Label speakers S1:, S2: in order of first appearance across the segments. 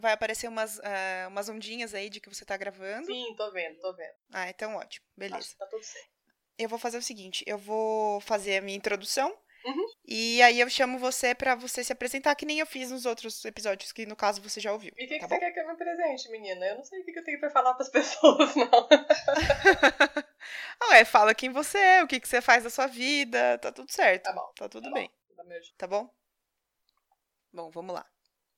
S1: Vai aparecer umas ondinhas aí de que você tá gravando.
S2: Sim, tô vendo.
S1: Ah, então ótimo. Beleza.
S2: Acho que tá tudo certo.
S1: Eu vou fazer o seguinte, eu vou fazer a minha introdução.
S2: Uhum.
S1: E aí eu chamo você pra você se apresentar, que nem eu fiz nos outros episódios, que no caso você já ouviu.
S2: E o que
S1: tá
S2: você
S1: bom?
S2: quer que eu me presente, menina? Eu não sei o que eu tenho pra falar pras pessoas, não.
S1: Fala quem você é, o que você faz da sua vida, tá tudo certo.
S2: Tá bom.
S1: Tá tudo bem. Tá bom? Bom, vamos lá.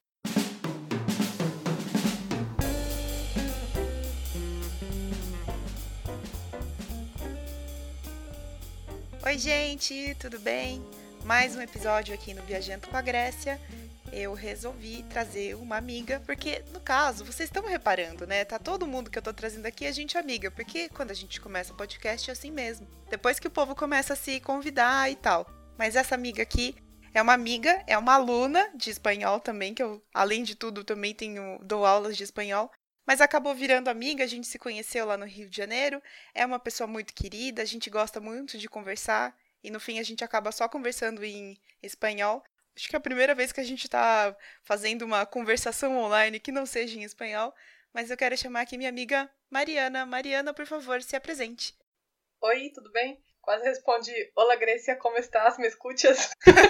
S1: Oi, gente, tudo bem? Mais um episódio aqui no Viajando com a Grécia. Eu resolvi trazer uma amiga, porque, no caso, vocês estão reparando, né? Tá todo mundo que eu tô trazendo aqui, a gente é amiga, porque quando a gente começa o podcast é assim mesmo. Depois que o povo começa a se convidar e tal. Mas essa amiga aqui é uma amiga, é uma aluna de espanhol também, que eu, além de tudo, também dou aulas de espanhol. Mas acabou virando amiga, a gente se conheceu lá no Rio de Janeiro. É uma pessoa muito querida, a gente gosta muito de conversar. E no fim a gente acaba só conversando em espanhol. Acho que é a primeira vez que a gente tá fazendo uma conversação online que não seja em espanhol. Mas eu quero chamar aqui minha amiga Mariana. Mariana, por favor, se apresente.
S2: Oi, tudo bem? Quase respondi. Olá, Grécia, como estás? Me escutas?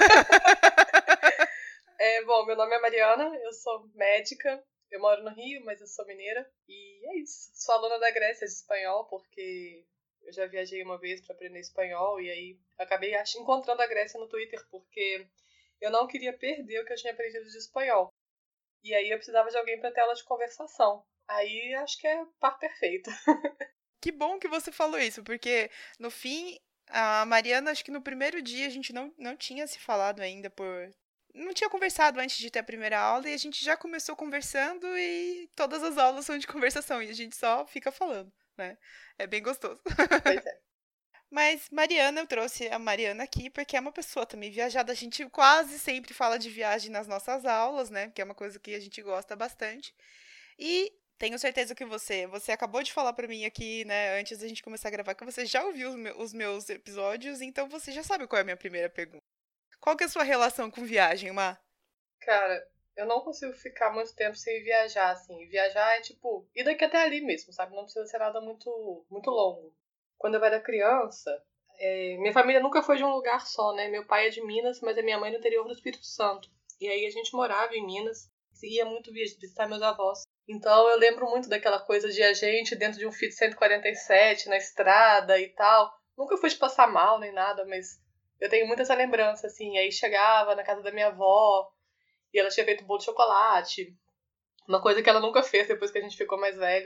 S2: Bom, meu nome é Mariana, eu sou médica. Eu moro no Rio, mas eu sou mineira. E é isso. Sou aluna da Grécia de espanhol, porque eu já viajei uma vez para aprender espanhol. E aí acabei encontrando a Grécia no Twitter, porque eu não queria perder o que eu tinha aprendido de espanhol. E aí eu precisava de alguém para ter aula de conversação. Aí acho que é par perfeito.
S1: Que bom que você falou isso, porque no fim, a Mariana, acho que no primeiro dia a gente não tinha se falado ainda não tinha conversado antes de ter a primeira aula e a gente já começou conversando e todas as aulas são de conversação e a gente só fica falando, né? É bem gostoso.
S2: Pois é.
S1: Mas Mariana, eu trouxe a Mariana aqui porque é uma pessoa também viajada. A gente quase sempre fala de viagem nas nossas aulas, né? Que é uma coisa que a gente gosta bastante. E tenho certeza que você acabou de falar pra mim aqui, né, antes da gente começar a gravar, que você já ouviu os meus episódios, então você já sabe qual é a minha primeira pergunta. Qual que é a sua relação com viagem, Má?
S2: Cara, eu não consigo ficar muito tempo sem viajar, assim. Viajar é tipo, ir daqui até ali mesmo, sabe? Não precisa ser nada muito, muito longo. Quando eu era criança, minha família nunca foi de um lugar só, né? Meu pai é de Minas, mas a minha mãe é do interior do Espírito Santo. E aí a gente morava em Minas, ia muito visitar meus avós. Então eu lembro muito daquela coisa de a gente dentro de um Fiat 147 na estrada e tal. Nunca fui de passar mal nem nada, mas eu tenho muita essa lembrança, assim. Aí chegava na casa da minha avó e ela tinha feito bolo de chocolate. Uma coisa que ela nunca fez depois que a gente ficou mais velho.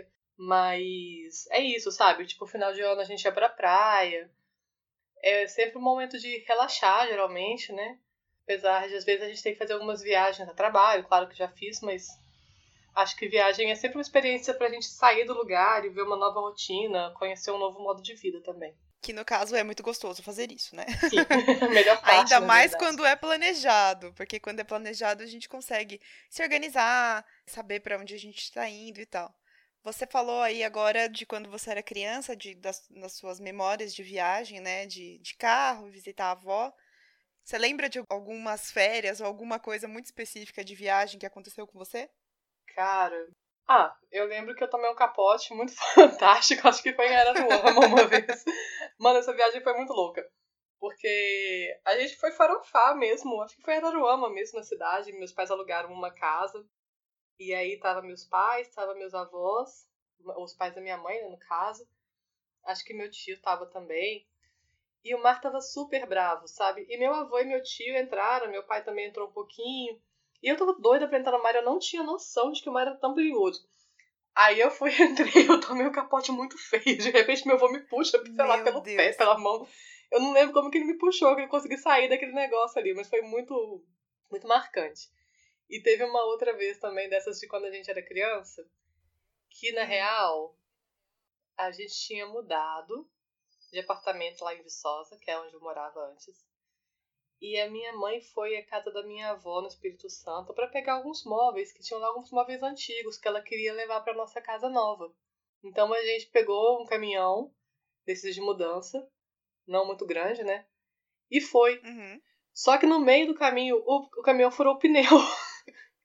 S2: Mas é isso, sabe? Tipo, final de ano a gente ia pra praia. É sempre um momento de relaxar, geralmente, né? Apesar de, às vezes, a gente ter que fazer algumas viagens a trabalho. Claro que já fiz, mas acho que viagem é sempre uma experiência pra gente sair do lugar e ver uma nova rotina, conhecer um novo modo de vida também.
S1: Que no caso é muito gostoso fazer isso, né?
S2: Sim, a melhor parte,
S1: Ainda
S2: na
S1: mais
S2: verdade.
S1: quando é planejado, porque quando é planejado a gente consegue se organizar, saber pra onde a gente está indo e tal. Você falou aí agora de quando você era criança, das suas memórias de viagem, né? De carro, visitar a avó. Você lembra de algumas férias ou alguma coisa muito específica de viagem que aconteceu com você?
S2: Cara. Eu lembro que eu tomei um capote muito fantástico, acho que foi em Araruama uma vez. Mano, essa viagem foi muito louca. Porque a gente foi farofar mesmo, acho que foi em Araruama mesmo, na cidade. Meus pais alugaram uma casa. E aí tava meus pais, tava meus avós, os pais da minha mãe, né, no caso. Acho que meu tio tava também. E o mar tava super bravo, sabe? E meu avô e meu tio entraram, meu pai também entrou um pouquinho. E eu tava doida pra entrar no mar, eu não tinha noção de que o mar era tão perigoso. Aí eu fui, entrei, eu tomei um capote muito feio. De repente meu avô me puxa, sei lá,
S1: Meu
S2: pelo pé,
S1: Deus.
S2: pela mão. Eu não lembro como que ele me puxou, que eu consegui sair daquele negócio ali, mas foi muito, muito marcante. E teve uma outra vez também, dessas de quando a gente era criança, que na real, a gente tinha mudado de apartamento lá em Viçosa, que é onde eu morava antes. E a minha mãe foi à casa da minha avó no Espírito Santo para pegar alguns móveis, que tinham lá alguns móveis antigos que ela queria levar para nossa casa nova. Então a gente pegou um caminhão desses de mudança, não muito grande, né? E foi.
S1: Uhum.
S2: Só que no meio do caminho, o caminhão furou o pneu.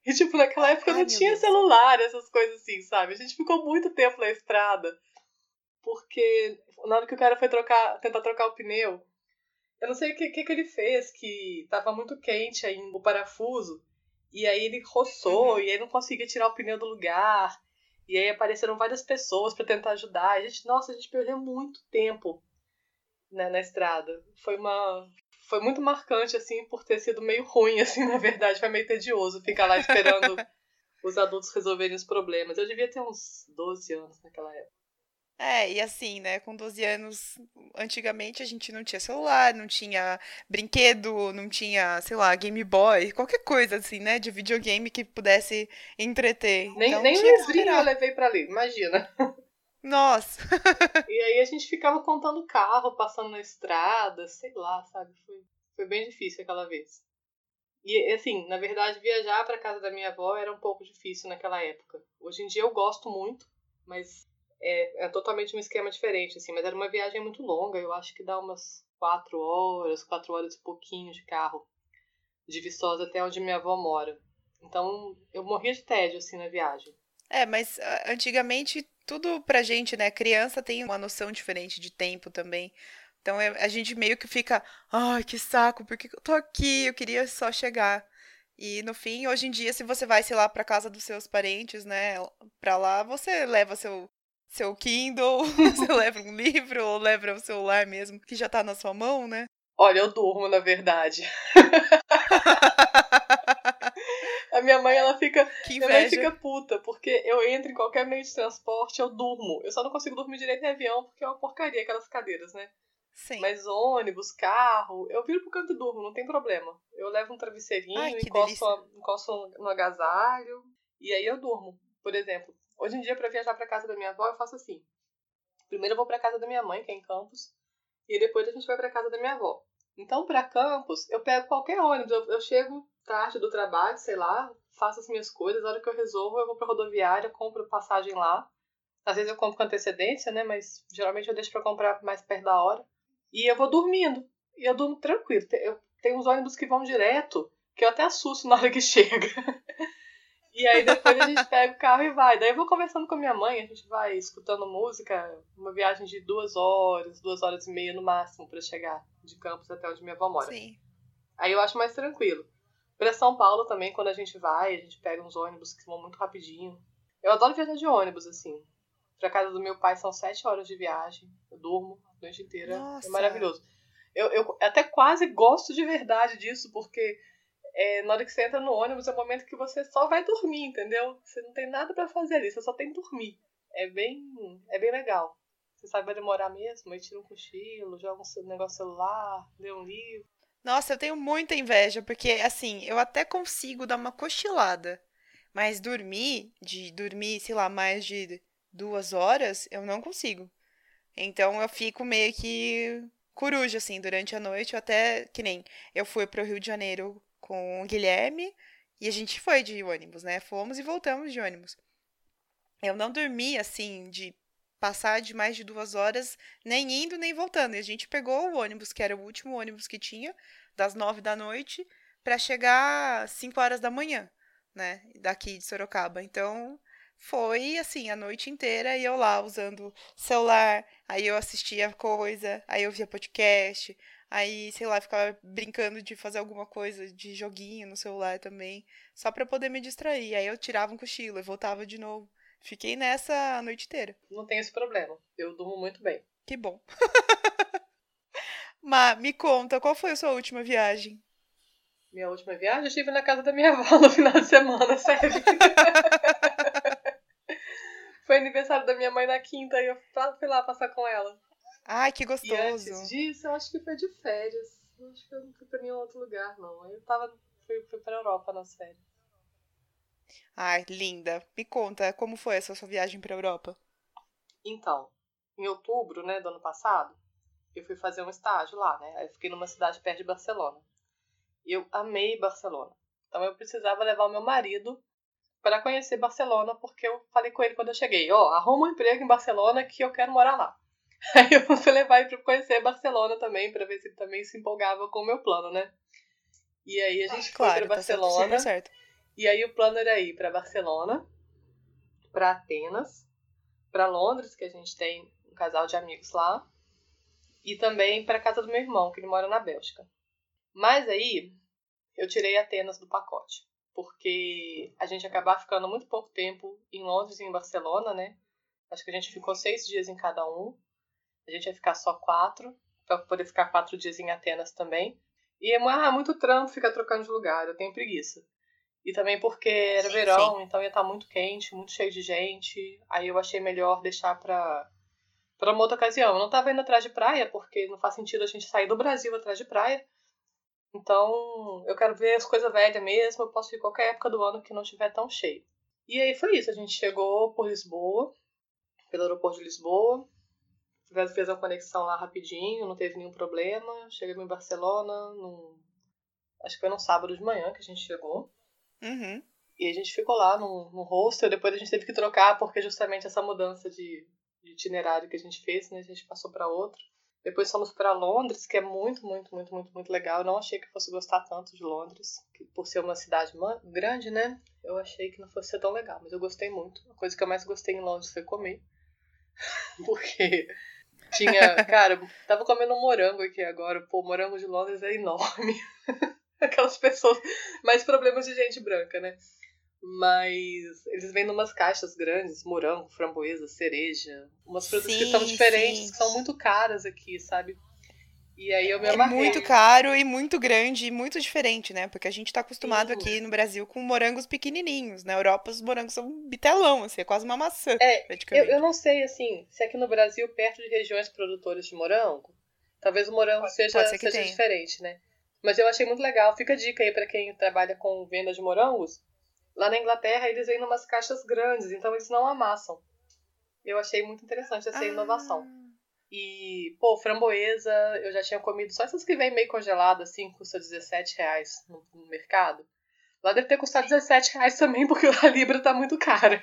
S2: E, tipo, naquela época
S1: Ai,
S2: não
S1: meu
S2: tinha
S1: Deus.
S2: celular, essas coisas assim, sabe? A gente ficou muito tempo na estrada, porque na hora que o cara foi tentar trocar o pneu, eu não sei o que ele fez, que tava muito quente ainda o parafuso, e aí ele roçou,
S1: Uhum.
S2: e aí não conseguia tirar o pneu do lugar, e aí apareceram várias pessoas pra tentar ajudar. A gente perdeu muito tempo, né, na estrada. Foi muito marcante, assim, por ter sido meio ruim, assim, na verdade. Foi meio tedioso ficar lá esperando os adultos resolverem os problemas. Eu devia ter uns 12 anos naquela época.
S1: É, e assim, né, com 12 anos, antigamente a gente não tinha celular, não tinha brinquedo, não tinha, sei lá, Game Boy, qualquer coisa assim, né, de videogame que pudesse entreter. Então
S2: Nem um
S1: tinha que
S2: livrinho eu
S1: esperar.
S2: levei pra ler, imagina.
S1: Nossa.
S2: E aí a gente ficava contando carro, passando na estrada, sei lá, sabe? Foi bem difícil aquela vez. E assim, na verdade, viajar pra casa da minha avó era um pouco difícil naquela época. Hoje em dia eu gosto muito, mas é totalmente um esquema diferente, assim. Mas era uma viagem muito longa, eu acho que dá umas 4 horas e pouquinho de carro, de Viçosa até onde minha avó mora. Então eu morria de tédio, assim, na viagem.
S1: É, mas antigamente tudo pra gente, né, criança tem uma noção diferente de tempo também. Então a gente meio que fica, ai, que saco, por que que eu tô aqui? Eu queria só chegar. E no fim, hoje em dia, se você vai, sei lá, pra casa dos seus parentes, né, pra lá, você leva seu Kindle, você leva um livro, ou leva o celular mesmo, que já tá na sua mão, né?
S2: Olha, eu durmo, na verdade. A minha mãe,
S1: Que
S2: Minha mãe
S1: inveja.
S2: fica puta, porque eu entro em qualquer meio de transporte, eu durmo. Eu só não consigo dormir direito em avião, porque é uma porcaria aquelas cadeiras, né?
S1: Sim.
S2: Mas ônibus, carro, eu viro pro canto e durmo, não tem problema. Eu levo um
S1: Ai,
S2: travesseirinho,
S1: que delícia.
S2: encosto no agasalho, e aí eu durmo. Por exemplo, hoje em dia, pra viajar pra casa da minha avó, eu faço assim. Primeiro eu vou pra casa da minha mãe, que é em Campos, e depois a gente vai pra casa da minha avó. Então, pra Campos, eu pego qualquer ônibus. Eu chego tarde do trabalho, sei lá, faço as minhas coisas. A hora que eu resolvo, eu vou pra rodoviária, compro passagem lá. Às vezes eu compro com antecedência, né? Mas geralmente eu deixo pra comprar mais perto da hora. E eu vou dormindo. E eu durmo tranquilo. Eu tenho uns ônibus que vão direto, que eu até assusto na hora que chega. E aí depois a gente pega o carro e vai. Daí eu vou conversando com a minha mãe, a gente vai escutando música, uma viagem de 2 horas e meia no máximo pra chegar de Campos até onde minha avó mora.
S1: Sim.
S2: Aí eu acho mais tranquilo. Pra São Paulo também, quando a gente pega uns ônibus que vão muito rapidinho. Eu adoro viajar de ônibus, assim. Pra casa do meu pai são 7 horas de viagem. Eu durmo a noite inteira. É
S1: Nossa.
S2: maravilhoso. Eu até quase gosto de verdade disso, porque na hora que você entra no ônibus é o momento que você só vai dormir, entendeu? Você não tem nada pra fazer ali, você só tem que dormir. É bem legal. Você sabe, vai demorar mesmo, aí tira um cochilo, joga um negócio no celular, lê um livro.
S1: Nossa, eu tenho muita inveja, porque assim, eu até consigo dar uma cochilada, mas dormir, sei lá, mais de 2 horas, eu não consigo. Então eu fico meio que coruja, assim, durante a noite, eu até, que nem, eu fui pro Rio de Janeiro com o Guilherme, e a gente foi de ônibus, né? Fomos e voltamos de ônibus. Eu não dormi, assim, de passar de mais de 2 horas, nem indo nem voltando. E a gente pegou o ônibus, que era o último ônibus que tinha, das 9 da noite, pra chegar às 5 horas da manhã, né? Daqui de Sorocaba. Então, foi assim, a noite inteira e eu lá usando celular, aí eu assistia coisa, aí eu via podcast, aí, sei lá, ficava brincando de fazer alguma coisa de joguinho no celular também, só pra poder me distrair. Aí eu tirava um cochilo e voltava de novo. Fiquei nessa a noite inteira.
S2: Não tem esse problema. Eu durmo muito bem.
S1: Que bom. Mas me conta, qual foi a sua última viagem?
S2: Minha última viagem, eu estive na casa da minha avó no final de semana, sério. Foi aniversário da minha mãe na quinta e eu fui lá passar com ela.
S1: Ai, que
S2: E antes
S1: gostoso.
S2: disso, eu acho que foi de férias. Eu acho que eu não fui pra nenhum outro lugar, não. Fui pra Europa nas férias.
S1: Ai, linda. Me conta, como foi essa sua viagem pra Europa?
S2: Então, em outubro, né, do ano passado, eu fui fazer um estágio lá, né? Aí eu fiquei numa cidade perto de Barcelona. E eu amei Barcelona. Então eu precisava levar o meu marido para conhecer Barcelona, porque eu falei com ele quando eu cheguei, arruma um emprego em Barcelona que eu quero morar lá. Aí eu fui levar ele para conhecer Barcelona também, para ver se ele também se empolgava com o meu plano, né? E aí a gente foi para
S1: Claro, tá certo, super
S2: Barcelona
S1: certo.
S2: E aí o plano era ir pra Barcelona, pra Atenas, pra Londres, que a gente tem um casal de amigos lá, e também pra casa do meu irmão, que ele mora na Bélgica. Mas aí eu tirei Atenas do pacote, porque a gente ia acabar ficando muito pouco tempo em Londres e em Barcelona, né? Acho que a gente ficou 6 dias em cada um. A gente ia ficar só 4, pra poder ficar 4 dias em Atenas também. E é muito trampo ficar trocando de lugar, eu tenho preguiça. E também porque era verão, então ia estar muito quente, muito cheio de gente. Aí eu achei melhor deixar pra uma outra ocasião. Eu não tava indo atrás de praia, porque não faz sentido a gente sair do Brasil atrás de praia. Então, eu quero ver as coisas velhas mesmo, eu posso ir qualquer época do ano que não estiver tão cheio. E aí foi isso, a gente chegou por Lisboa, pelo aeroporto de Lisboa, fez a conexão lá rapidinho, não teve nenhum problema. Chegamos em Barcelona, acho que foi num sábado de manhã que a gente chegou.
S1: Uhum.
S2: E a gente ficou lá no hostel, depois a gente teve que trocar, porque justamente essa mudança de itinerário que a gente fez, né, a gente passou para outro. Depois fomos para Londres, que é muito, muito, muito, muito, muito legal. Eu não achei que fosse gostar tanto de Londres, por ser uma cidade grande, né? Eu achei que não fosse ser tão legal, mas eu gostei muito. A coisa que eu mais gostei em Londres foi comer. Porque tinha, cara, tava comendo um morango aqui agora. Pô, o morango de Londres é enorme. Aquelas pessoas, mais problemas de gente branca, né? Mas eles vêm numas caixas grandes, morango, framboesa, cereja, umas frutas que são diferentes, que são muito caras aqui, sabe? E aí eu me
S1: É muito
S2: amarrei.
S1: caro e muito grande e muito diferente, né? Porque a gente tá acostumado
S2: Sim.
S1: aqui no Brasil com morangos pequenininhos. Na Europa, os morangos são um bitelão, assim, é quase uma maçã,
S2: Eu
S1: praticamente.
S2: não sei, assim, se aqui no Brasil, perto de regiões produtoras de morango, talvez o morango
S1: Pode ser que
S2: seja
S1: tenha.
S2: diferente, né? Mas eu achei muito legal. Fica a dica aí pra quem trabalha com venda de morangos. Lá na Inglaterra, eles vêm em umas caixas grandes, então eles não amassam. Eu achei muito interessante essa inovação.
S1: Ah,
S2: E, pô, framboesa, eu já tinha comido só essas que vêm meio congeladas, assim, custa R$17 no mercado. Lá deve ter custado R$17 também, porque a libra tá muito cara.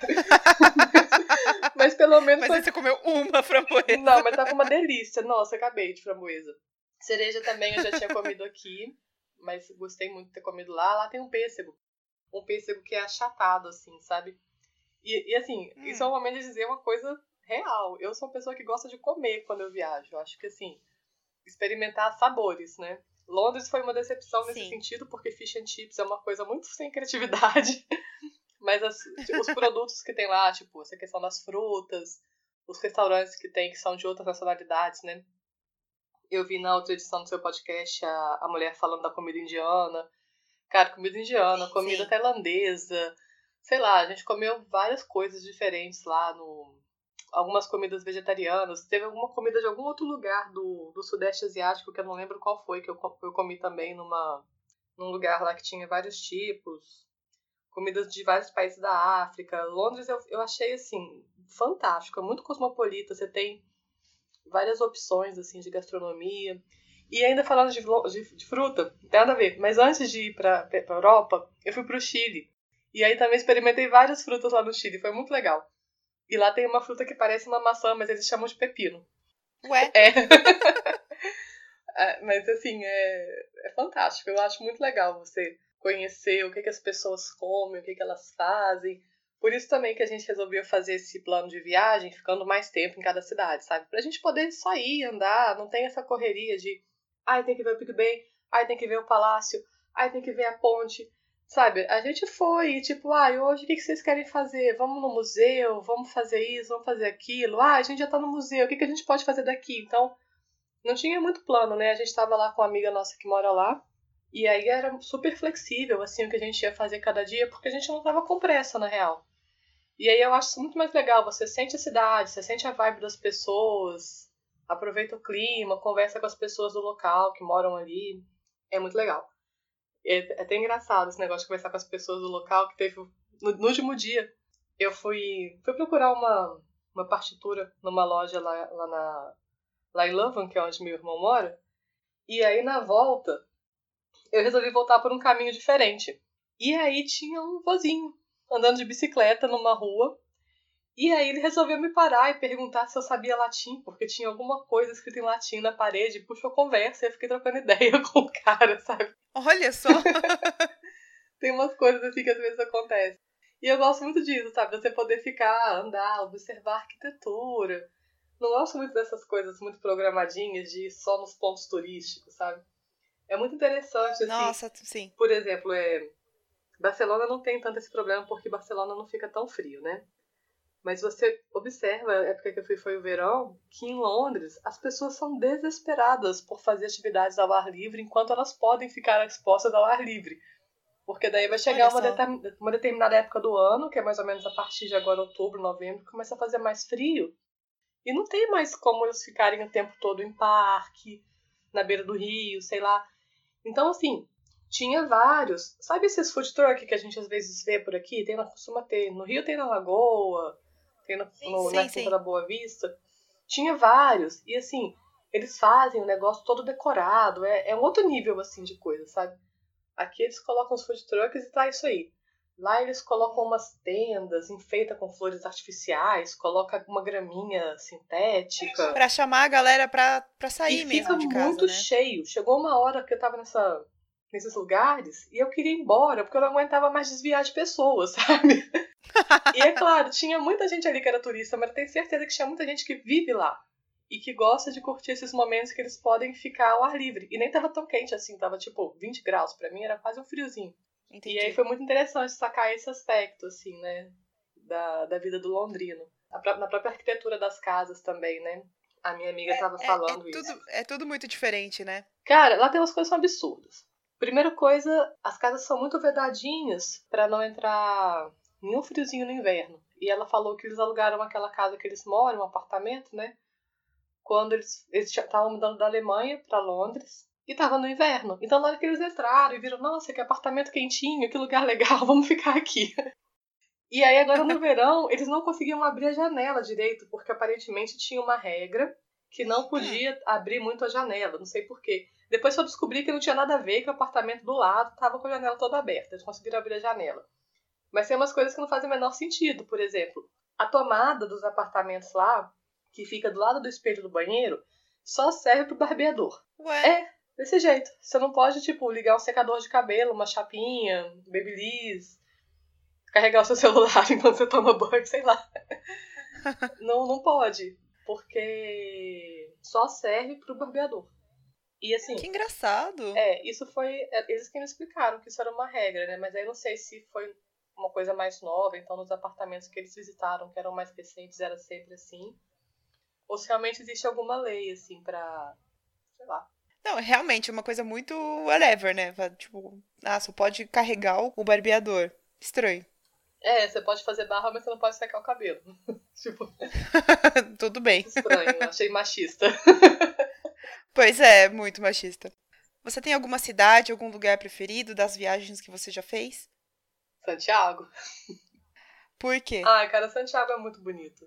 S2: Mas pelo menos
S1: mas
S2: foi.
S1: aí você comeu uma
S2: Não,
S1: framboesa.
S2: mas tava uma delícia. Nossa, acabei de framboesa. Cereja também eu já tinha comido aqui, mas gostei muito de ter comido lá. Lá tem um pêssego. Um pêssego que é achatado, assim, sabe? E assim, isso é um momento de dizer uma coisa real. Eu sou uma pessoa que gosta de comer quando eu viajo. Eu acho que, assim, experimentar sabores, né? Londres foi uma decepção nesse
S1: Sim.
S2: sentido, porque fish and chips é uma coisa muito sem criatividade. Mas os produtos que tem lá, tipo, essa questão das frutas, os restaurantes que tem que são de outras nacionalidades, né? Eu vi na outra edição do seu podcast a mulher falando da comida indiana. Cara, comida indiana, comida
S1: Sim.
S2: tailandesa. Sei lá, a gente comeu várias coisas diferentes lá no. Algumas comidas vegetarianas. Teve alguma comida de algum outro lugar do Sudeste Asiático, que eu não lembro qual foi, que eu comi também num lugar lá que tinha vários tipos. Comidas de vários países da África. Londres eu achei, assim, fantástico. É muito cosmopolita. Você tem várias opções, assim, de gastronomia. E ainda falando de fruta, não tem nada a ver. Mas antes de ir pra Europa, eu fui pro Chile. E aí também experimentei várias frutas lá no Chile. Foi muito legal. E lá tem uma fruta que parece uma maçã, mas eles chamam de pepino.
S1: Ué?
S2: É. Mas assim, é fantástico. Eu acho muito legal você conhecer o que as pessoas comem, o que elas fazem. Por isso também que a gente resolveu fazer esse plano de viagem, ficando mais tempo em cada cidade, sabe? Pra gente poder sair, andar, não tem essa correria de ai, tem que ver o Big Ben, ai, tem que ver o Palácio, ai, tem que ver a ponte. Sabe, a gente foi e tipo, hoje o que vocês querem fazer? Vamos no museu, vamos fazer isso, vamos fazer aquilo. A gente já tá no museu, o que a gente pode fazer daqui? Então, não tinha muito plano, né? A gente tava lá com uma amiga nossa que mora lá. E aí era super flexível, assim, o que a gente ia fazer cada dia, porque a gente não tava com pressa, na real. E aí eu acho isso muito mais legal. Você sente a cidade, você sente a vibe das pessoas, aproveita o clima, conversa com as pessoas do local que moram ali. É muito legal. É até engraçado esse negócio de conversar com as pessoas do local, que teve. No último dia, eu fui procurar uma partitura numa loja lá em Leuven, que é onde meu irmão mora. E aí, na volta, eu resolvi voltar por um caminho diferente. E aí tinha um vozinho andando de bicicleta numa rua. E aí ele resolveu me parar e perguntar se eu sabia latim, porque tinha alguma coisa escrita em latim na parede. Puxou conversa e eu fiquei trocando ideia com o cara, sabe?
S1: Olha só.
S2: Tem umas coisas assim que às vezes acontecem. E eu gosto muito disso, sabe? Você poder ficar, andar, observar a arquitetura. Não gosto muito dessas coisas muito programadinhas de ir só nos pontos turísticos, sabe? É muito interessante, assim.
S1: Nossa, sim.
S2: Por exemplo, Barcelona não tem tanto esse problema porque Barcelona não fica tão frio, né? Mas você observa, a época que eu fui foi o verão, que em Londres as pessoas são desesperadas por fazer atividades ao ar livre enquanto elas podem ficar expostas ao ar livre. Porque daí vai
S1: Olha
S2: chegar
S1: só.
S2: uma determinada época do ano, que é mais ou menos a partir de agora, outubro, novembro, que começa a fazer mais frio. E não tem mais como eles ficarem o tempo todo em parque, na beira do rio, sei lá. Então, assim, tinha vários. Sabe esses food truck que a gente às vezes vê por aqui? Costuma ter. No Rio tem na Lagoa, tem na
S1: Sim,
S2: Quinta
S1: sim.
S2: da Boa Vista. Tinha vários. E assim, eles fazem o negócio todo decorado. É um outro nível, assim, de coisa, sabe? Aqui eles colocam os food trucks e tá isso aí. Lá eles colocam umas tendas, enfeita com flores artificiais, coloca uma graminha sintética.
S1: Pra chamar a galera pra
S2: E
S1: sair
S2: fica
S1: mesmo de casa,
S2: muito
S1: né?
S2: cheio. Chegou uma hora que eu tava nesses lugares e eu queria ir embora, porque eu não aguentava mais desviar de pessoas, sabe? E é claro, tinha muita gente ali que era turista, mas eu tenho certeza que tinha muita gente que vive lá. E que gosta de curtir esses momentos que eles podem ficar ao ar livre. E nem tava tão quente assim, tava tipo 20 graus. Pra mim era quase um friozinho. E aí
S1: Entendi.
S2: foi muito interessante sacar esse aspecto, assim, né? Da vida do londrino. Na própria arquitetura das casas também, né? A minha amiga tava falando isso.
S1: É tudo muito diferente, né?
S2: Cara, lá tem umas coisas que são absurdas. Primeira coisa, as casas são muito vedadinhas pra não entrar nenhum friozinho no inverno. E ela falou que eles alugaram aquela casa que eles moram, um apartamento, né? Quando eles estavam mudando da Alemanha pra Londres. E tava no inverno. Então, na hora que eles entraram e viram, nossa, que apartamento quentinho, que lugar legal, vamos ficar aqui. E aí, agora no verão, eles não conseguiam abrir a janela direito, porque aparentemente tinha uma regra que não podia abrir muito a janela, não sei porquê. Depois eu descobri que não tinha nada a ver, que o apartamento do lado tava com a janela toda aberta, eles conseguiram abrir a janela. Mas tem umas coisas que não fazem o menor sentido, por exemplo, a tomada dos apartamentos lá, que fica do lado do espelho do banheiro, só serve pro barbeador.
S1: Ué,
S2: Desse jeito. Você não pode, tipo, ligar um secador de cabelo, uma chapinha, babyliss, carregar o seu celular enquanto você toma banho, sei lá. Não pode, porque só serve pro barbeador. E assim,
S1: que engraçado.
S2: isso foi. Eles que me explicaram que isso era uma regra, né? Mas aí eu não sei se foi uma coisa mais nova, então nos apartamentos que eles visitaram, que eram mais recentes, era sempre assim. Ou se realmente existe alguma lei, assim, pra. Sei lá.
S1: Não, realmente é uma coisa muito whatever, né? Tipo, só pode carregar o barbeador. Estranho.
S2: Você pode fazer barra, mas você não pode secar o cabelo. Tipo,
S1: Tudo bem.
S2: estranho, achei machista.
S1: Pois é, muito machista. Você tem alguma cidade, algum lugar preferido das viagens que você já fez?
S2: Santiago?
S1: Por quê?
S2: Ai, cara, Santiago é muito bonito.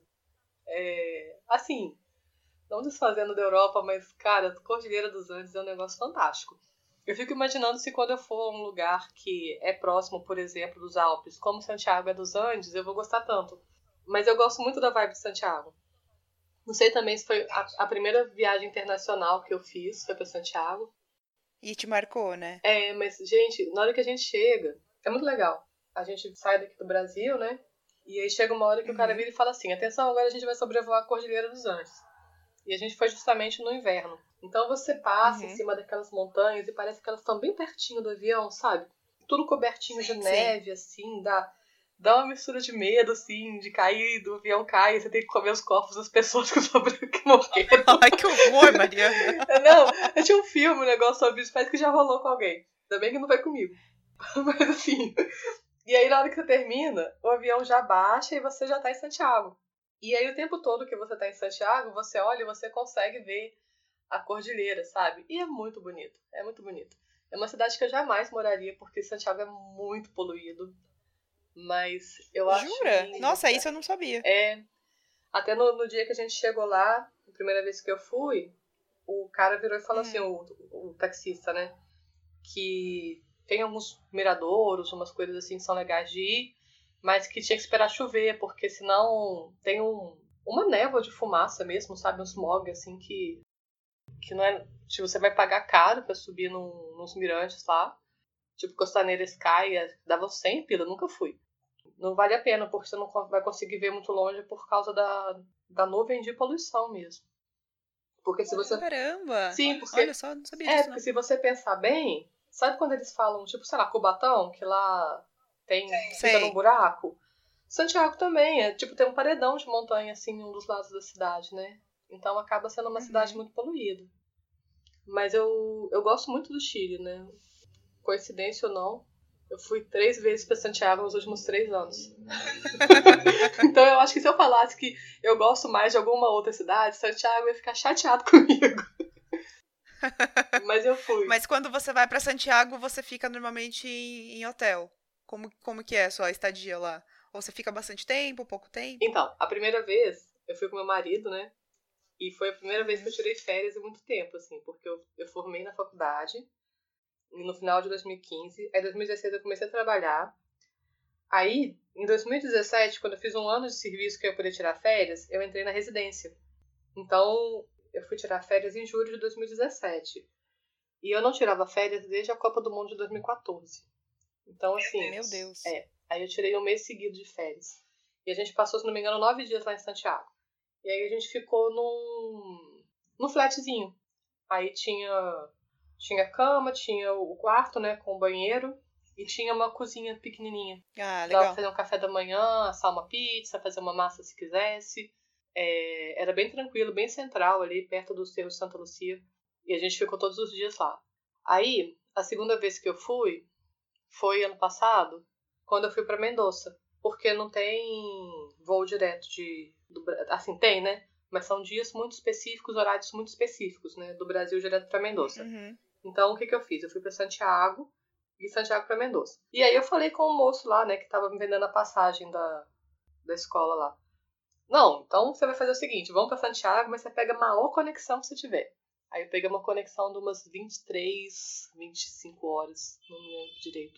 S2: Assim, não desfazendo da Europa, mas, cara, Cordilheira dos Andes é um negócio fantástico. Eu fico imaginando se quando eu for a um lugar que é próximo, por exemplo, dos Alpes, como Santiago é dos Andes, eu vou gostar tanto. Mas eu gosto muito da vibe de Santiago. Não sei também se foi a primeira viagem internacional que eu fiz, foi pra Santiago.
S1: E te marcou, né?
S2: Mas, gente, na hora que a gente chega, é muito legal. A gente sai daqui do Brasil, né? E aí chega uma hora que o cara vira e fala assim, atenção, agora a gente vai sobrevoar a Cordilheira dos Andes. E a gente foi justamente no inverno. Então você passa em cima daquelas montanhas e parece que elas estão bem pertinho do avião, sabe? Tudo cobertinho de neve, assim, dá uma mistura de medo, assim, de cair, do avião cair, você tem que comer os corpos das pessoas que morreram.
S1: Ai, que horror, Mariana.
S2: Não, eu tinha um filme, um negócio sobre isso, parece que já rolou com alguém. Ainda bem que não foi comigo. Mas assim. E aí, na hora que você termina, o avião já baixa e você já tá em Santiago. E aí, o tempo todo que você tá em Santiago, você olha e você consegue ver a cordilheira, sabe? E é muito bonito. É muito bonito. É uma cidade que eu jamais moraria, porque Santiago é muito poluído. Mas eu acho
S1: Jura?
S2: lindo.
S1: Nossa, isso eu não sabia.
S2: Até no dia que a gente chegou lá, a primeira vez que eu fui, o cara virou e falou assim, o taxista, né? Que tem alguns miradouros, umas coisas assim que são legais de ir, mas que tinha que esperar chover, porque senão tem uma névoa de fumaça mesmo, sabe? Um smog, assim, que não é... Tipo, você vai pagar caro pra subir nos mirantes lá. tipo Costaneira Sky, dava 100 pila, nunca fui. Não vale a pena, porque você não vai conseguir ver muito longe por causa da nuvem de poluição mesmo. Porque se você...
S1: Caramba!
S2: Sim, porque...
S1: Olha só, não sabia disso, não.
S2: Porque se você pensar bem, sabe quando eles falam, tipo, sei lá, Cubatão, que lá fica num buraco? Santiago também, tipo, tem um paredão de montanha, assim, em um dos lados da cidade, né? Então acaba sendo uma cidade muito poluída. Mas eu gosto muito do Chile, né? Coincidência ou não, eu fui 3 vezes pra Santiago nos últimos 3 anos. Então eu acho que se eu falasse que eu gosto mais de alguma outra cidade, Santiago ia ficar chateado comigo. Mas eu fui.
S1: Mas quando você vai pra Santiago, você fica normalmente em hotel? Como que é a sua estadia lá? Ou você fica bastante tempo, pouco tempo?
S2: Então, a primeira vez eu fui com meu marido, né? E foi a primeira vez que eu tirei férias em muito tempo, assim, porque eu formei na faculdade no final de 2015. Aí em 2016 eu comecei a trabalhar. Aí, em 2017, quando eu fiz 1 ano de serviço que eu ia poder tirar férias, eu entrei na residência. Então, eu fui tirar férias em julho de 2017. E eu não tirava férias desde a Copa do Mundo de 2014. Então, assim...
S1: Meu Deus.
S2: Aí eu tirei 1 mês seguido de férias. E a gente passou, se não me engano, 9 dias lá em Santiago. E aí a gente ficou num flatzinho. Aí tinha cama, tinha o quarto, né, com o banheiro. E tinha uma cozinha pequenininha.
S1: Ah, legal.
S2: Dava pra fazer um café da manhã, assar uma pizza, fazer uma massa se quisesse. Era bem tranquilo, bem central ali, perto do Cerro de Santa Lucia. E a gente ficou todos os dias lá. Aí, a segunda vez que eu fui, foi ano passado, quando eu fui pra Mendoza. Porque não tem voo direto assim, tem, né? Mas são dias muito específicos, horários muito específicos, né? Do Brasil direto pra Mendoza. Então, o que eu fiz? Eu fui pra Santiago, e Santiago pra Mendoza. E aí eu falei com o moço lá, né, que tava me vendendo a passagem da escola lá. Não, então você vai fazer o seguinte, vamos pra Santiago, mas você pega a maior conexão que você tiver. Aí eu peguei uma conexão de umas 23, 25 horas, não me lembro direito.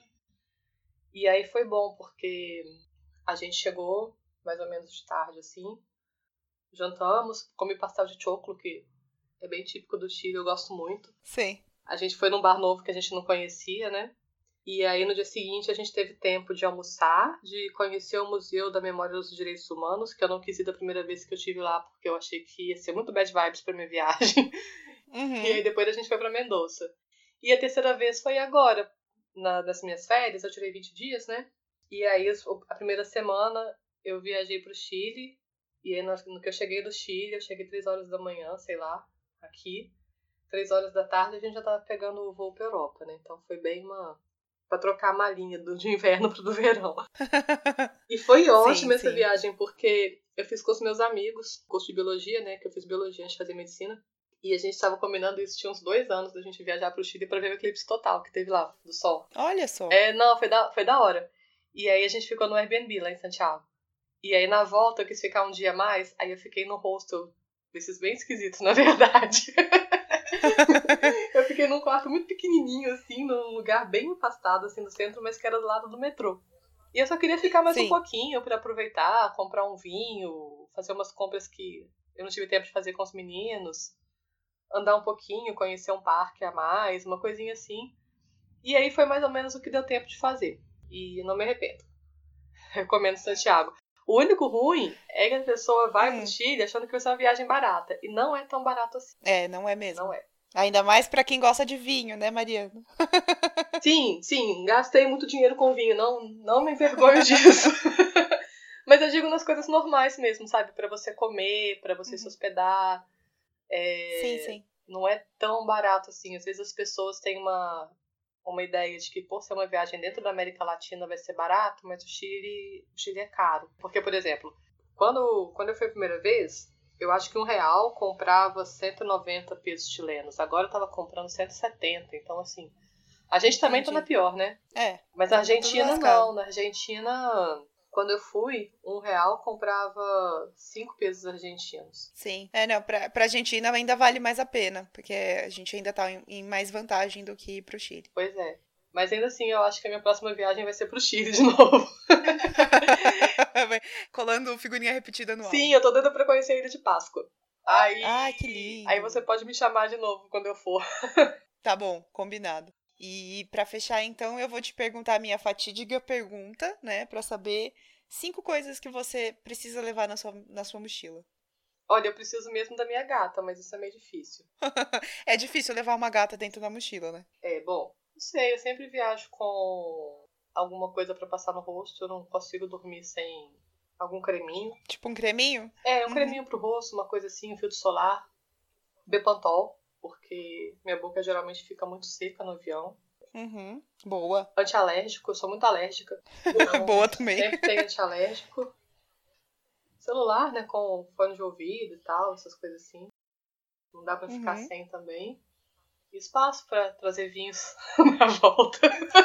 S2: E aí foi bom, porque a gente chegou mais ou menos de tarde, assim, jantamos, comi pastel de choclo, que é bem típico do Chile, eu gosto muito.
S1: Sim.
S2: A gente foi num bar novo que a gente não conhecia, né? E aí, no dia seguinte, a gente teve tempo de almoçar, de conhecer o Museu da Memória dos Direitos Humanos, que eu não quis ir da primeira vez que eu estive lá, porque eu achei que ia ser muito bad vibes pra minha viagem. E aí, depois a gente foi pra Mendoza. E a terceira vez foi agora, das minhas férias, eu tirei 20 dias, né? E aí, a primeira semana, eu viajei pro Chile, e aí, no que eu cheguei do Chile, eu cheguei 3 horas da manhã, sei lá, aqui. 3 horas da tarde, a gente já tava pegando o voo pra Europa, né? Então, foi bem pra trocar a malinha de inverno pro do verão. E foi ótima essa viagem, porque eu fiz com os meus amigos, curso de biologia, né, que eu fiz biologia antes de fazer medicina, e a gente tava combinando isso, tinha uns 2 anos da gente viajar pro Chile pra ver o eclipse total que teve lá, do sol.
S1: Olha só.
S2: Não, foi da hora. E aí a gente ficou no Airbnb lá em Santiago. E aí na volta eu quis ficar um dia a mais, aí eu fiquei no hostel, desses bem esquisitos, na verdade. Eu fiquei num quarto muito pequenininho, assim, num lugar bem afastado, assim, do centro, mas que era do lado do metrô. E eu só queria ficar mais um pouquinho pra aproveitar, comprar um vinho, fazer umas compras que eu não tive tempo de fazer com os meninos, andar um pouquinho, conhecer um parque a mais, uma coisinha assim. E aí foi mais ou menos o que deu tempo de fazer. E não me arrependo. Recomendo Santiago. O único ruim é que a pessoa vai pro Chile achando que vai ser uma viagem barata. E não é tão barato assim.
S1: Não é mesmo.
S2: Não é.
S1: Ainda mais pra quem gosta de vinho, né, Mariana?
S2: Sim. Gastei muito dinheiro com vinho. Não me envergonho disso. Mas eu digo nas coisas normais mesmo, sabe? Pra você comer, pra você se hospedar.
S1: Sim.
S2: Não é tão barato assim. Às vezes as pessoas têm uma ideia de que por ser uma viagem dentro da América Latina vai ser barato, mas o Chile é caro. Porque, por exemplo, quando eu fui a primeira vez, eu acho que R$1 comprava 190 pesos chilenos. Agora eu tava comprando 170, então assim... A gente também tá na pior, né? Mas na Argentina não. Na Argentina, quando eu fui, R$1 comprava 5 pesos argentinos.
S1: Sim. Pra Argentina ainda vale mais a pena, porque a gente ainda tá em mais vantagem do que ir pro Chile.
S2: Pois é. Mas ainda assim, eu acho que a minha próxima viagem vai ser pro Chile de novo.
S1: Colando figurinha repetida no álbum.
S2: Sim, eu tô doida pra conhecer a Ilha de Páscoa.
S1: Ai, que lindo.
S2: Aí você pode me chamar de novo quando eu for.
S1: Tá bom, combinado. E pra fechar, então, eu vou te perguntar a minha fatídica pergunta, né? Pra saber 5 coisas que você precisa levar na sua mochila.
S2: Olha, eu preciso mesmo da minha gata, mas isso é meio difícil.
S1: É difícil levar uma gata dentro da mochila, né?
S2: Bom, não sei, eu sempre viajo com alguma coisa pra passar no rosto, eu não consigo dormir sem algum creminho.
S1: Tipo um creminho?
S2: Um creminho pro rosto, uma coisa assim, um filtro solar, Bepantol, porque minha boca geralmente fica muito seca no avião.
S1: Uhum. Boa.
S2: Antialérgico, eu sou muito alérgica. Então,
S1: Boa também.
S2: sempre tem antialérgico. Celular, né, com fone de ouvido e tal, essas coisas assim. Não dá pra ficar sem também. E espaço pra trazer vinhos na volta.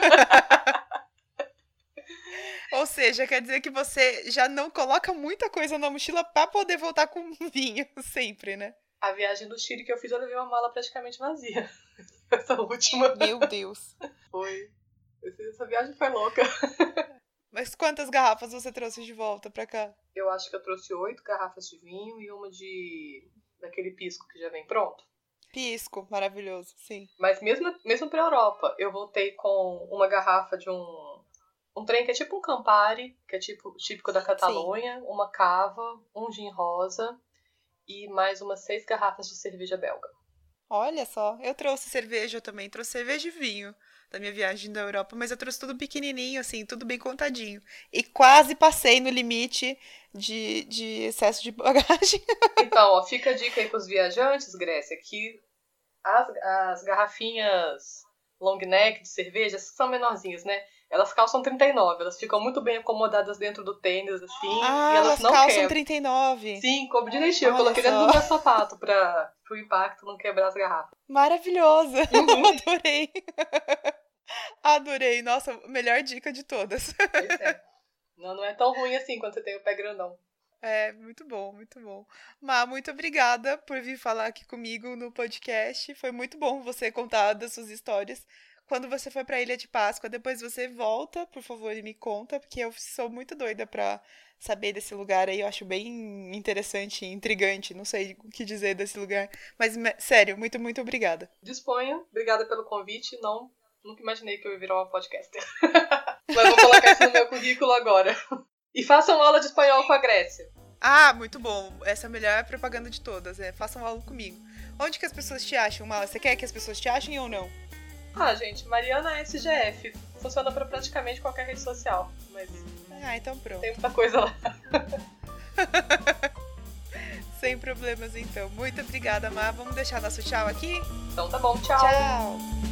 S1: Ou seja, quer dizer que você já não coloca muita coisa na mochila pra poder voltar com vinho sempre, né?
S2: A viagem do Chile que eu fiz, eu levei uma mala praticamente vazia. Essa última.
S1: Meu Deus.
S2: Foi. Essa viagem foi louca.
S1: Mas quantas garrafas você trouxe de volta pra cá?
S2: Eu acho que eu trouxe 8 garrafas de vinho e uma daquele pisco que já vem pronto.
S1: Pisco, maravilhoso, sim.
S2: Mas mesmo pra Europa, eu voltei com uma garrafa de um trem que é tipo um Campari, que é típico da Catalunha, uma cava, um gin rosa e mais umas 6 garrafas de cerveja belga.
S1: Olha só, eu trouxe cerveja também, trouxe cerveja e vinho da minha viagem da Europa, mas eu trouxe tudo pequenininho, assim, tudo bem contadinho. E quase passei no limite de excesso de bagagem.
S2: Então, ó, fica a dica aí pros viajantes, Grécia, que as garrafinhas long neck de cerveja, essas que são menorzinhas, né? Elas calçam 39, elas ficam muito bem acomodadas dentro do tênis, assim,
S1: Ah,
S2: e elas
S1: elas
S2: não
S1: calçam
S2: quebram.
S1: 39.
S2: Sim, coube direitinho. Eu
S1: Olha
S2: coloquei dentro
S1: só.
S2: do meu sapato pro impacto não quebrar as garrafas.
S1: Maravilhoso.
S2: Uhum.
S1: Adorei. Adorei. Nossa, melhor dica de todas.
S2: Pois é. Não é tão ruim assim quando você tem o pé grandão.
S1: É, muito bom, muito bom. Má, muito obrigada por vir falar aqui comigo no podcast. Foi muito bom você contar das suas histórias. Quando você for pra Ilha de Páscoa, depois você volta, por favor, e me conta, porque eu sou muito doida pra saber desse lugar aí. Eu acho bem interessante e intrigante. Não sei o que dizer desse lugar. Mas, sério, muito, muito obrigada.
S2: Disponha. Obrigada pelo convite. Nunca imaginei que eu ia virar uma podcaster. Mas vou colocar isso no meu currículo agora. E façam aula de espanhol com a Grécia.
S1: Ah, muito bom. Essa é a melhor propaganda de todas. Façam aula comigo. Onde que as pessoas te acham, Mala? Você quer que as pessoas te achem ou não?
S2: Ah, gente, Mariana SGF. Funciona pra praticamente qualquer rede social. Mas
S1: Então pronto.
S2: tem muita coisa lá.
S1: Sem problemas, então. Muito obrigada, Má. Vamos deixar nosso tchau aqui?
S2: Então tá bom, tchau.
S1: Tchau.